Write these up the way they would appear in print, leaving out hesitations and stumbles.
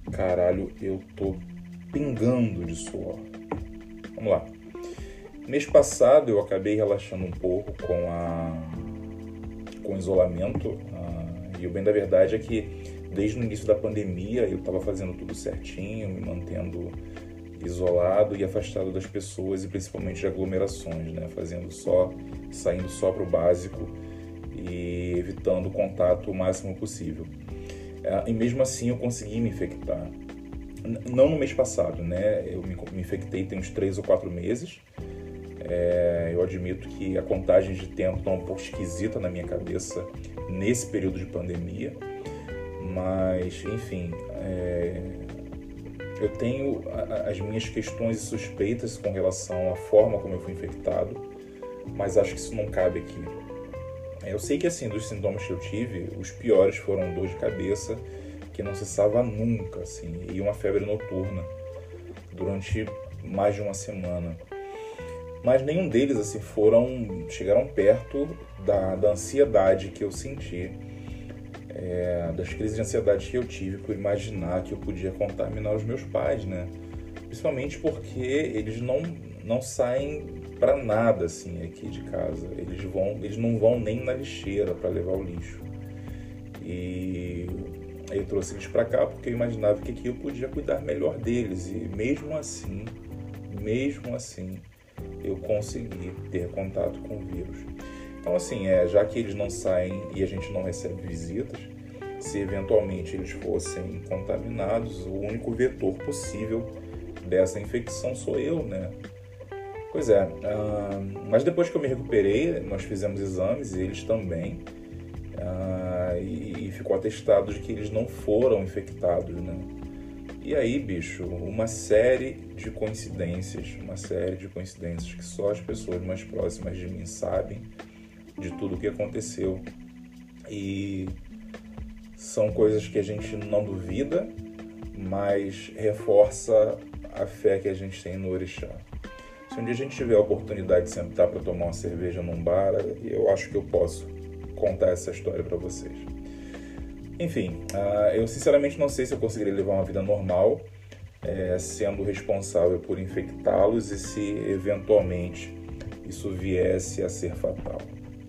Caralho, eu tô pingando de suor. Vamos lá. Mês passado eu acabei relaxando um pouco com o isolamento. E o bem da verdade é que desde o início da pandemia eu estava fazendo tudo certinho, me mantendo isolado e afastado das pessoas e principalmente de aglomerações, né? Saindo só para o básico e evitando o contato o máximo possível. E mesmo assim eu consegui me infectar. Não no mês passado, né? Eu me infectei tem uns 3 ou 4 meses. Eu admito que a contagem de tempo está um pouco esquisita na minha cabeça nesse período de pandemia. Mas, enfim, eu tenho as minhas questões e suspeitas com relação à forma como eu fui infectado, mas acho que isso não cabe aqui. Eu sei que, assim, dos sintomas que eu tive, os piores foram dor de cabeça, que não cessava nunca, assim, e uma febre noturna durante mais de uma semana. Mas nenhum deles, assim, chegaram perto da ansiedade que eu senti, das crises de ansiedade que eu tive por imaginar que eu podia contaminar os meus pais, né? Principalmente porque eles não saem para nada, assim, aqui de casa. Eles não vão nem na lixeira para levar o lixo. E eu trouxe eles para cá porque eu imaginava que aqui eu podia cuidar melhor deles. E mesmo assim, eu consegui ter contato com o vírus. Então, assim, já que eles não saem e a gente não recebe visitas, se eventualmente eles fossem contaminados, o único vetor possível dessa infecção sou eu, né? Pois é, mas depois que eu me recuperei, nós fizemos exames, e eles também, e ficou atestado de que eles não foram infectados, né? E aí, bicho, uma série de coincidências que só as pessoas mais próximas de mim sabem de tudo o que aconteceu. E são coisas que a gente não duvida, mas reforça a fé que a gente tem no orixá. Se um dia a gente tiver a oportunidade de sentar para tomar uma cerveja num bar, eu acho que eu posso contar essa história para vocês. Enfim, eu sinceramente não sei se eu conseguiria levar uma vida normal, sendo responsável por infectá-los e se eventualmente isso viesse a ser fatal.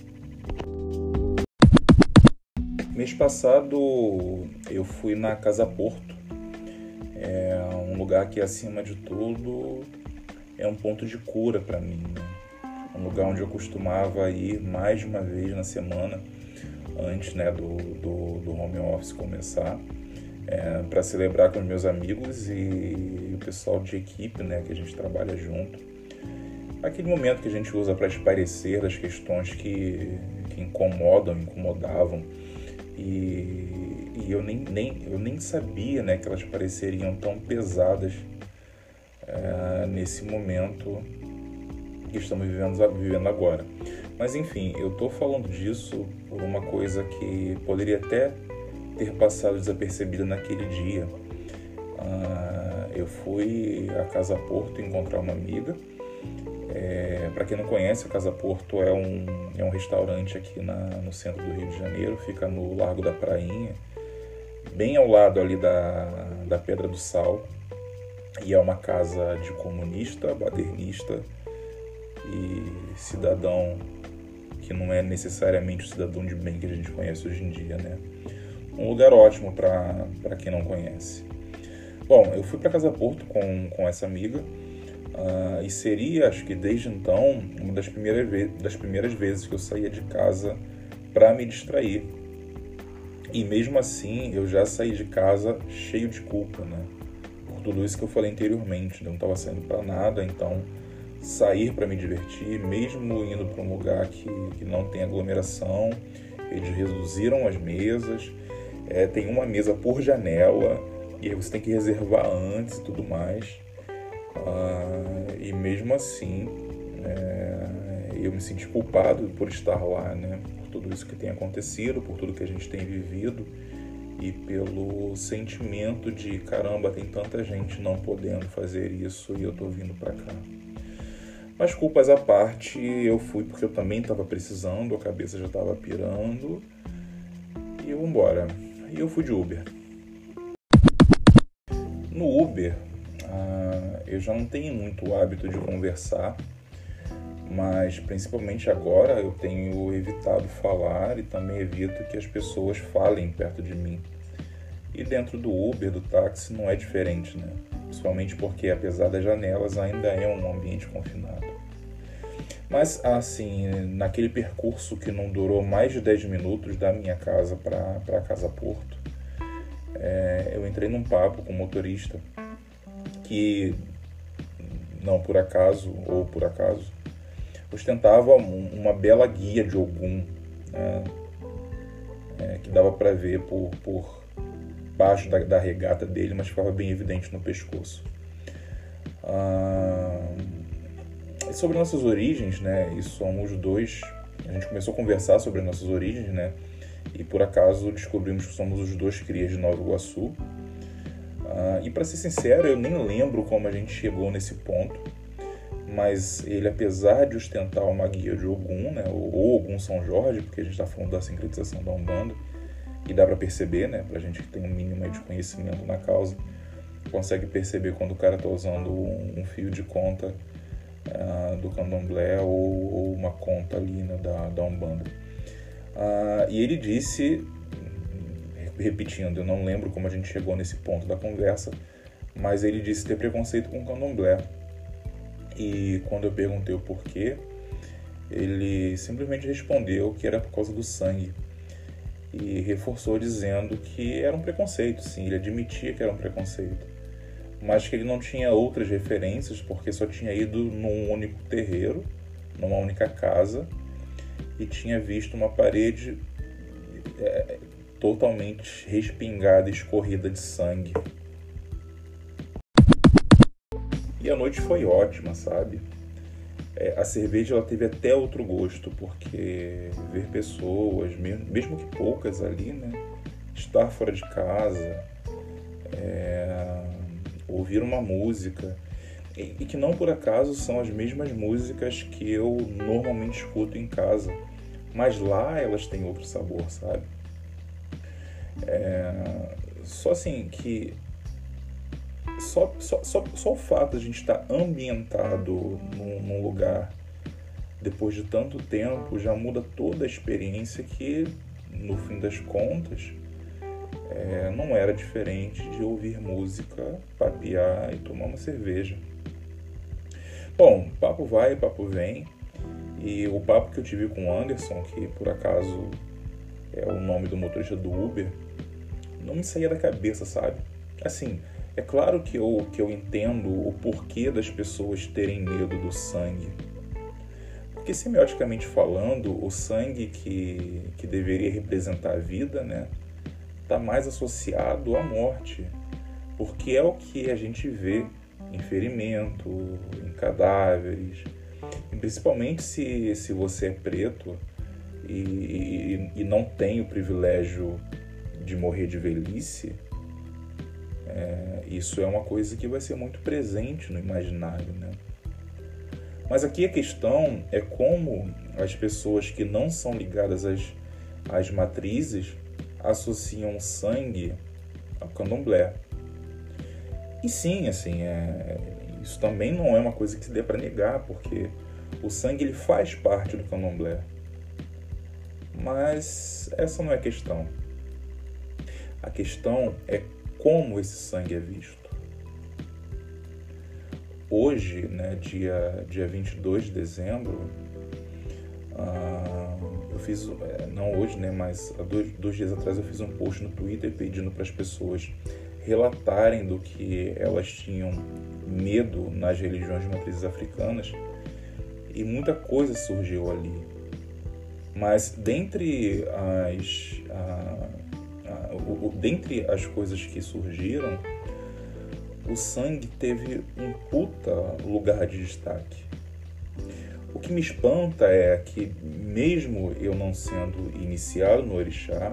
Mês passado eu fui na Casa Porto, um lugar que, acima de tudo, é um ponto de cura para mim, né? Um lugar onde eu costumava ir mais de uma vez na semana, antes, né, do home office começar, para celebrar com os meus amigos e o pessoal de equipe, né, que a gente trabalha junto. Aquele momento que a gente usa para espairecer das questões que incomodavam, e eu nem sabia, né, que elas pareceriam tão pesadas nesse momento que estamos vivendo agora. Mas enfim, eu estou falando disso por uma coisa que poderia até ter passado desapercebida naquele dia. Eu fui à Casa Porto encontrar uma amiga. Para quem não conhece, a Casa Porto é um restaurante aqui no centro do Rio de Janeiro, fica no Largo da Prainha, bem ao lado ali da Pedra do Sal, e é uma casa de comunista, badernista e cidadão que não é necessariamente o cidadão de bem que a gente conhece hoje em dia, né? Um lugar ótimo para quem não conhece. Bom, eu fui para Casa Porto com essa amiga, e seria, acho que desde então, uma das primeiras vezes que eu saía de casa para me distrair. E mesmo assim, eu já saí de casa cheio de culpa, né? Por tudo isso que eu falei anteriormente, eu não estava saindo para nada, então sair para me divertir, mesmo indo para um lugar que não tem aglomeração, eles reduziram as mesas, tem uma mesa por janela, e aí você tem que reservar antes e tudo mais. E mesmo assim, eu me senti culpado por estar lá, né? Por tudo isso que tem acontecido, por tudo que a gente tem vivido e pelo sentimento de caramba, tem tanta gente não podendo fazer isso e eu tô vindo pra cá. Mas culpas à parte, eu fui porque eu também estava precisando, a cabeça já estava pirando e vambora. E eu fui de Uber. No Uber, eu já não tenho muito hábito de conversar, mas principalmente agora eu tenho evitado falar e também evito que as pessoas falem perto de mim. E dentro do Uber, do táxi, não é diferente, né? Principalmente porque, apesar das janelas, ainda é um ambiente confinado. Mas, assim, naquele percurso que não durou mais de 10 minutos da minha casa para a Casa Porto, eu entrei num papo com um motorista que, não por acaso, ou por acaso, ostentava uma bela guia de Ogum, né? Que dava para ver por baixo da regata dele, mas ficava bem evidente no pescoço. Sobre nossas origens, né? E somos dois. A gente começou a conversar sobre nossas origens, né? E por acaso descobrimos que somos os dois crias de Nova Iguaçu. E para ser sincero, eu nem lembro como a gente chegou nesse ponto. Mas ele, apesar de ostentar uma guia de Ogum, né? Ou Ogum São Jorge, porque a gente está falando da sincretização da Umbanda, e dá para perceber, né? Pra gente que tem um mínimo de conhecimento na causa, consegue perceber quando o cara está usando um fio de conta do candomblé ou uma conta ali, né, da Umbanda. E ele disse, repetindo, eu não lembro como a gente chegou nesse ponto da conversa, mas ele disse ter preconceito com o candomblé. E quando eu perguntei o porquê, ele simplesmente respondeu que era por causa do sangue. E reforçou dizendo que era um preconceito, sim, ele admitia que era um preconceito, mas que ele não tinha outras referências porque só tinha ido num único terreiro, numa única casa, e tinha visto uma parede totalmente respingada e escorrida de sangue. E a noite foi ótima, sabe? A cerveja ela teve até outro gosto, porque ver pessoas, mesmo que poucas ali, né? Estar fora de casa, ouvir uma música, e que não por acaso são as mesmas músicas que eu normalmente escuto em casa, mas lá elas têm outro sabor, sabe? Só assim que só o fato de a gente estar ambientado num lugar depois de tanto tempo já muda toda a experiência, que no fim das contas não era diferente de ouvir música, papear e tomar uma cerveja. Bom, papo vai, papo vem, e o papo que eu tive com o Anderson, que por acaso é o nome do motorista do Uber, não me saía da cabeça, sabe? Assim, é claro que eu entendo o porquê das pessoas terem medo do sangue. Porque, semioticamente falando, o sangue que deveria representar a vida, né, está mais associado à morte. Porque é o que a gente vê em ferimento, em cadáveres. E principalmente se você é preto e não tem o privilégio de morrer de velhice, isso é uma coisa que vai ser muito presente no imaginário, né? Mas aqui a questão é como as pessoas que não são ligadas às matrizes associam sangue ao candomblé. E sim, assim, isso também não é uma coisa que se dê para negar, porque o sangue ele faz parte do candomblé. Mas essa não é a questão. A questão é como esse sangue é visto. Hoje, né, dia 22 de dezembro, eu fiz, não hoje, né, mas há dois dias atrás eu fiz um post no Twitter pedindo para as pessoas relatarem do que elas tinham medo nas religiões de matrizes africanas, e muita coisa surgiu ali. Mas dentre as coisas que surgiram, o sangue teve um puta lugar de destaque. O que me espanta é que, mesmo eu não sendo iniciado no orixá,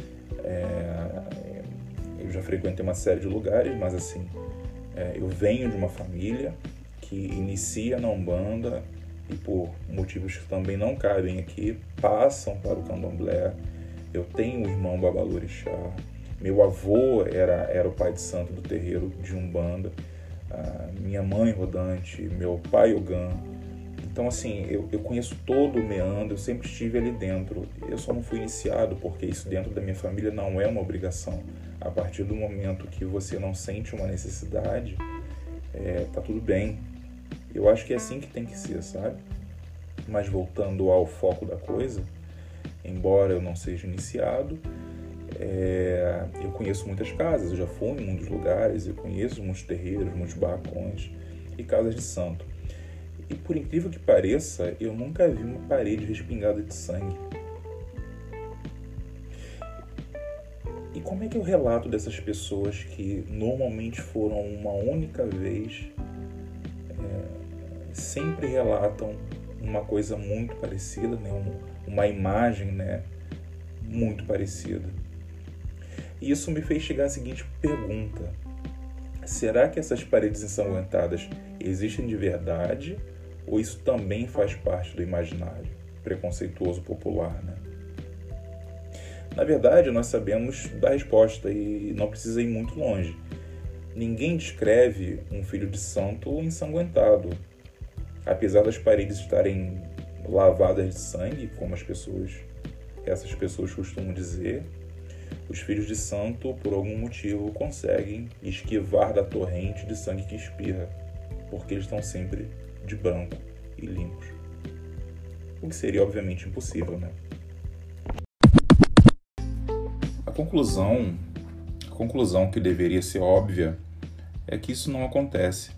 eu já frequentei uma série de lugares, mas assim, eu venho de uma família que inicia na Umbanda e, por motivos que também não cabem aqui, passam para o candomblé. Eu tenho um irmão babalorixá, Meu avô era o pai de santo do terreiro de Umbanda, minha mãe rodante, meu pai Ogã. Então, assim, eu conheço todo o meandro, eu sempre estive ali dentro. Eu só não fui iniciado porque isso dentro da minha família não é uma obrigação. A partir do momento que você não sente uma necessidade, tá tudo bem. Eu acho que é assim que tem que ser, sabe? Mas voltando ao foco da coisa, embora eu não seja iniciado, eu conheço muitas casas, eu já fui em muitos lugares, eu conheço muitos terreiros, muitos barracões e casas de santo. E por incrível que pareça, eu nunca vi uma parede respingada de sangue. E como é que é o relato dessas pessoas que normalmente foram uma única vez, sempre relatam uma coisa muito parecida, né? Uma imagem, né? Muito parecida. E isso me fez chegar à seguinte pergunta: será que essas paredes ensanguentadas existem de verdade? Ou isso também faz parte do imaginário preconceituoso popular, né? Na verdade, nós sabemos da resposta e não precisa ir muito longe. Ninguém descreve um filho de santo ensanguentado. Apesar das paredes estarem lavadas de sangue, como essas pessoas costumam dizer, os filhos de santo, por algum motivo, conseguem esquivar da torrente de sangue que espirra, porque eles estão sempre de branco e limpos. O que seria, obviamente, impossível, né? A conclusão que deveria ser óbvia é que isso não acontece.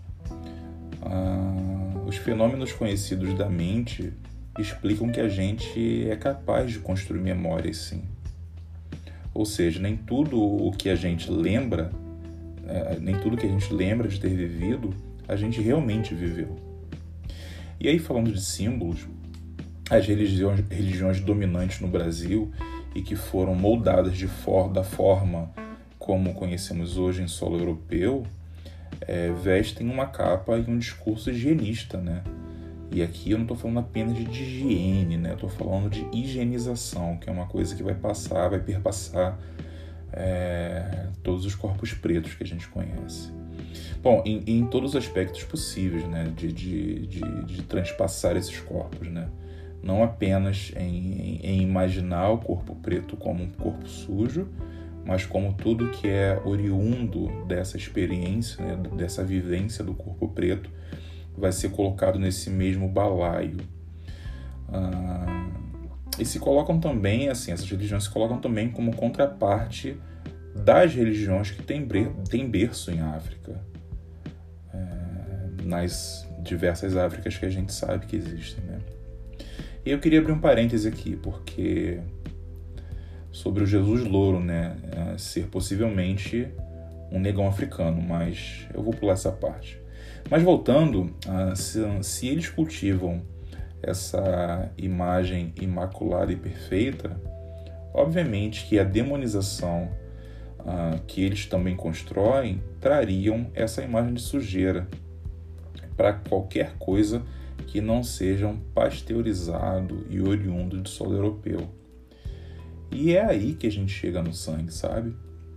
Os fenômenos conhecidos da mente explicam que a gente é capaz de construir memórias, sim. Ou seja, nem tudo o que a gente lembra, nem tudo que a gente lembra de ter vivido, a gente realmente viveu. E aí, falando de símbolos, as religiões dominantes no Brasil e que foram moldadas da forma como conhecemos hoje em solo europeu, vestem uma capa e um discurso higienista, né? E aqui eu não estou falando apenas de higiene, né? Eu estou falando de higienização, que é uma coisa que vai perpassar todos os corpos pretos que a gente conhece. Bom, em todos os aspectos possíveis, né? De transpassar esses corpos, né? Não apenas em imaginar o corpo preto como um corpo sujo, mas como tudo que é oriundo dessa experiência, né? Dessa vivência do corpo preto, vai ser colocado nesse mesmo balaio. E se colocam também, assim, essas religiões se colocam também como contraparte das religiões que têm berço em África, nas diversas Áfricas que a gente sabe que existem, né? E eu queria abrir um parêntese aqui, porque sobre o Jesus Louro, né, ser possivelmente um negão africano, mas eu vou pular essa parte. Mas voltando, se eles cultivam essa imagem imaculada e perfeita, obviamente que a demonização que eles também constroem trariam essa imagem de sujeira para qualquer coisa que não sejam pasteurizado e oriundo de solo europeu. E é aí que a gente chega no sangue, sabe?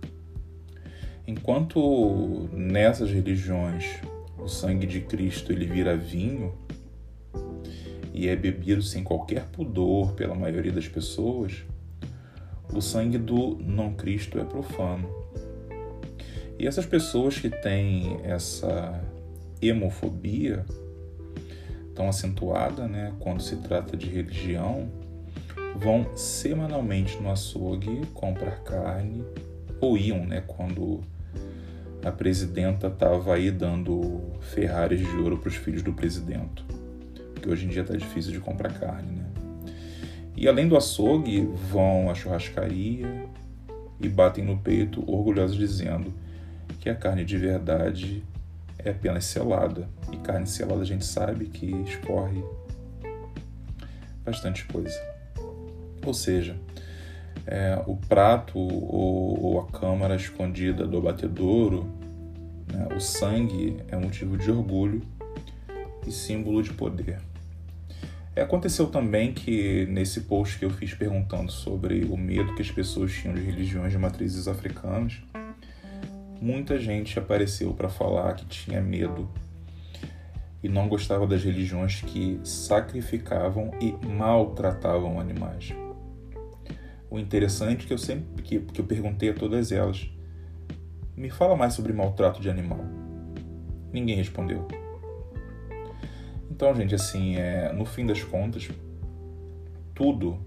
Enquanto nessas religiões o sangue de Cristo ele vira vinho e é bebido sem qualquer pudor pela maioria das pessoas, o sangue do não Cristo é profano. E essas pessoas que têm essa hemofobia tão acentuada, né, quando se trata de religião, vão semanalmente no açougue comprar carne, ou iam, né, quando a presidenta estava aí dando Ferraris de ouro para os filhos do presidente, porque hoje em dia está difícil de comprar carne, né? E além do açougue, vão à churrascaria e batem no peito orgulhosos dizendo que a carne de verdade é apenas selada. E carne selada a gente sabe que escorre bastante coisa. Ou seja, o prato ou a câmara escondida do abatedouro, né, o sangue é motivo de orgulho e símbolo de poder. Aconteceu também que nesse post que eu fiz perguntando sobre o medo que as pessoas tinham de religiões de matrizes africanas, muita gente apareceu para falar que tinha medo e não gostava das religiões que sacrificavam e maltratavam animais. O interessante é que eu perguntei a todas elas: me fala mais sobre maltrato de animal. Ninguém respondeu. Então, gente, assim, no fim das contas, tudo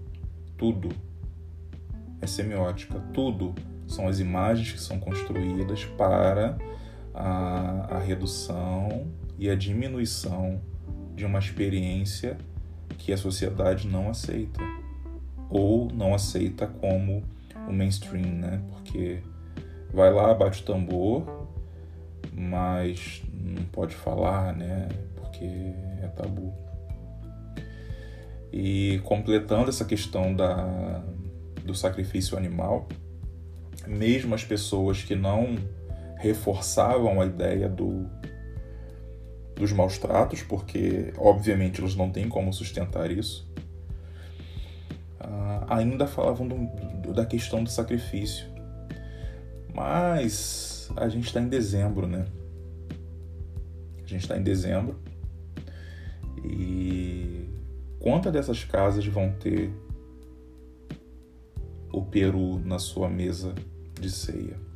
é semiótica. Tudo são as imagens que são construídas para a redução e a diminuição de uma experiência que a sociedade não aceita. Ou não aceita como o mainstream, né? Porque vai lá, bate o tambor, mas não pode falar, né? Porque é tabu. E completando essa questão do sacrifício animal, mesmo as pessoas que não reforçavam a ideia dos maus tratos, porque obviamente eles não têm como sustentar isso, ainda falavam da questão do sacrifício. Mas a gente está em dezembro, né? A gente está em dezembro. E quantas dessas casas vão ter o peru na sua mesa de ceia?